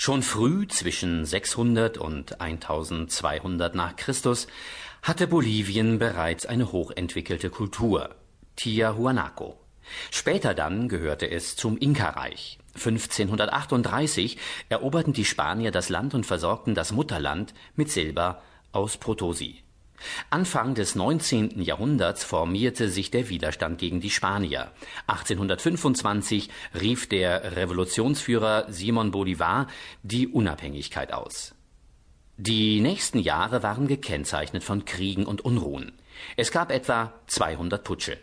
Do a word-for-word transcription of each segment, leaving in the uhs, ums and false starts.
Schon früh, zwischen sechshundert und eintausendzweihundert nach Christus, hatte Bolivien bereits eine hochentwickelte Kultur, Tiahuanaco. Später dann gehörte es zum Inka-Reich. fünfzehnhundertachtunddreißig eroberten die Spanier das Land und versorgten das Mutterland mit Silber aus Potosí. Anfang des neunzehnten Jahrhunderts formierte sich der Widerstand gegen die Spanier. achtzehnhundertfünfundzwanzig rief der Revolutionsführer Simón Bolívar die Unabhängigkeit aus. Die nächsten Jahre waren gekennzeichnet von Kriegen und Unruhen. Es gab etwa zweihundert Putsche.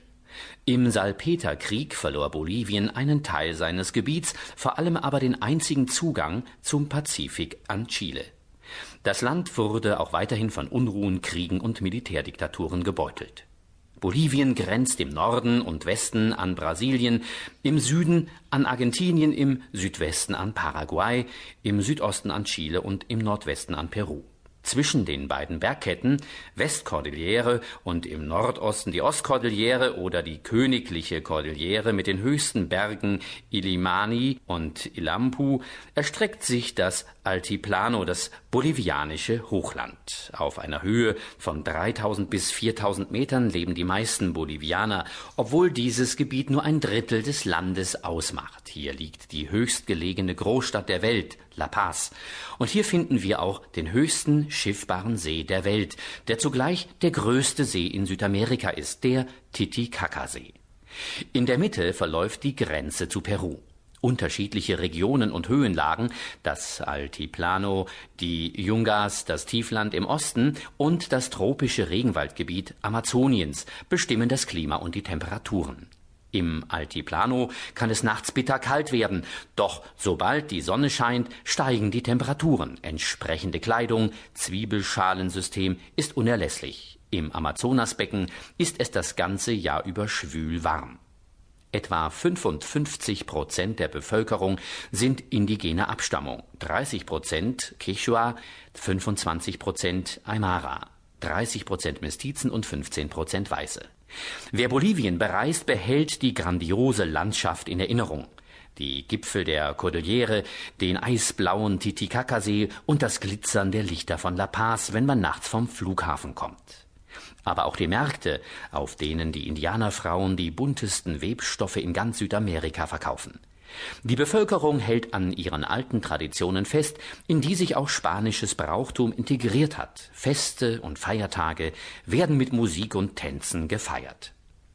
Im Salpeterkrieg verlor Bolivien einen Teil seines Gebiets, vor allem aber den einzigen Zugang zum Pazifik an Chile. Das Land wurde auch weiterhin von Unruhen, Kriegen und Militärdiktaturen gebeutelt. Bolivien grenzt im Norden und Westen an Brasilien, im Süden an Argentinien, im Südwesten an Paraguay, im Südosten an Chile und im Nordwesten an Peru. Zwischen den beiden Bergketten, Westkordillere und im Nordosten die Ostkordillere oder die Königliche Kordillere mit den höchsten Bergen Illimani und Illampu, erstreckt sich das Altiplano, das bolivianische Hochland. Auf einer Höhe von dreitausend bis viertausend Metern leben die meisten Bolivianer, obwohl dieses Gebiet nur ein Drittel des Landes ausmacht. Hier liegt die höchstgelegene Großstadt der Welt, La Paz. Und hier finden wir auch den höchsten schiffbaren See der Welt, der zugleich der größte See in Südamerika ist, der Titicacasee. In der Mitte verläuft die Grenze zu Peru. Unterschiedliche Regionen und Höhenlagen, das Altiplano, die Yungas, das Tiefland im Osten und das tropische Regenwaldgebiet Amazoniens bestimmen das Klima und die Temperaturen. Im Altiplano kann es nachts bitterkalt werden, doch sobald die Sonne scheint, steigen die Temperaturen. Entsprechende Kleidung, Zwiebelschalensystem ist unerlässlich. Im Amazonasbecken ist es das ganze Jahr über schwül warm. Etwa fünfundfünfzig Prozent der Bevölkerung sind indigener Abstammung, dreißig Prozent Quechua, fünfundzwanzig Prozent Aymara, dreißig Prozent Mestizen und fünfzehn Prozent Weiße. Wer Bolivien bereist, behält die grandiose Landschaft in Erinnerung. Die Gipfel der Kordillere, den eisblauen Titicacasee und das Glitzern der Lichter von La Paz, wenn man nachts vom Flughafen kommt. Aber auch die Märkte, auf denen die Indianerfrauen die buntesten Webstoffe in ganz Südamerika verkaufen. Die Bevölkerung hält an ihren alten Traditionen fest, in die sich auch spanisches Brauchtum integriert hat. Feste und Feiertage werden mit Musik und Tänzen gefeiert.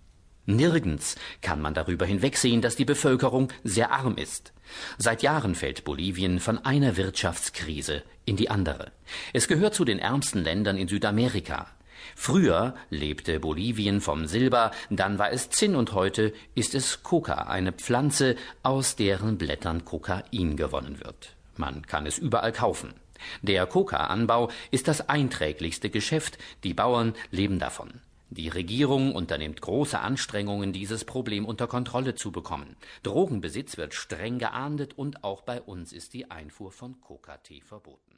Nirgends kann man darüber hinwegsehen, dass die Bevölkerung sehr arm ist. Seit Jahren fällt Bolivien von einer Wirtschaftskrise in die andere. Es gehört zu den ärmsten Ländern in Südamerika. Früher lebte Bolivien vom Silber, dann war es Zinn und heute ist es Coca, eine Pflanze, aus deren Blättern Kokain gewonnen wird. Man kann es überall kaufen. Der Coca-Anbau ist das einträglichste Geschäft, die Bauern leben davon. Die Regierung unternimmt große Anstrengungen, dieses Problem unter Kontrolle zu bekommen. Drogenbesitz wird streng geahndet und auch bei uns ist die Einfuhr von Coca-Tee verboten.